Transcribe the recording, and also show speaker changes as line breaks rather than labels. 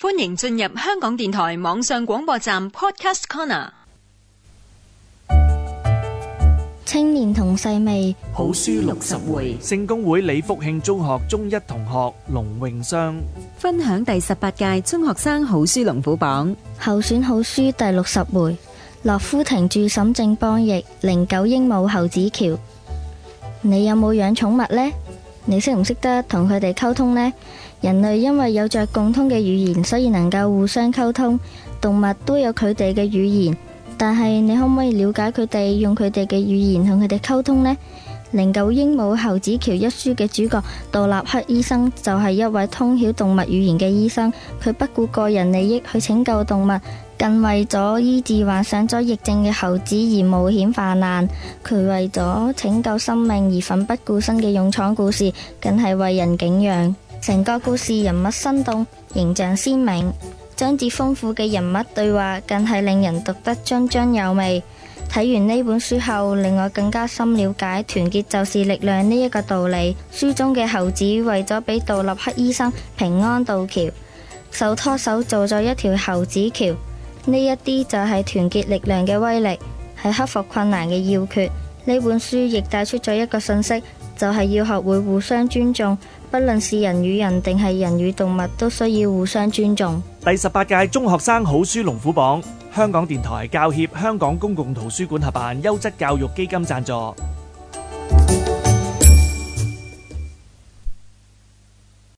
歡迎進入香港電台網上廣播站 Podcast Corner。
青年同細味
好書60回，聖公會李福慶中學中一同學龍詠雙
分享第18屆中學生好書龍虎榜
候選好書第60回，樂夫庭著沈正邦譯，09鸚鵡猴子橋。你有冇養寵物呢？你識唔識得同佢哋溝通呢？人類因為有着共通嘅語言，所以能夠互相溝通。動物都有佢哋嘅語言，但係你可唔可以了解佢哋，用佢哋嘅語言同佢哋溝通呢？09鸚鵡猴子橋一書嘅主角杜立克醫生就係一位通曉動物語言嘅醫生，佢不顧個人利益去拯救動物，更為咗醫治患上咗疫症嘅猴子而冒險犯難。佢為咗拯救生命而奮不顧身嘅勇闖故事，更係為人景仰。成個故事人物生動，形象鮮明，章節豐富嘅人物對話更係令人讀得津津有味。睇完呢本書後，令我更加深了解團結就是力量呢一個道理。書中嘅猴子為咗俾杜立克醫生平安渡橋，手拖手做咗一條猴子橋。呢一啲就係團結力量嘅威力，係克服困難嘅要訣。呢本書亦帶出咗一個信息，就係要學會互相尊重，不論是人與人定係人與動物，都需要互相尊重。
第18屆中學生好書龍虎榜，香港電台教協、香港公共圖書館合辦，優質教育基金贊助。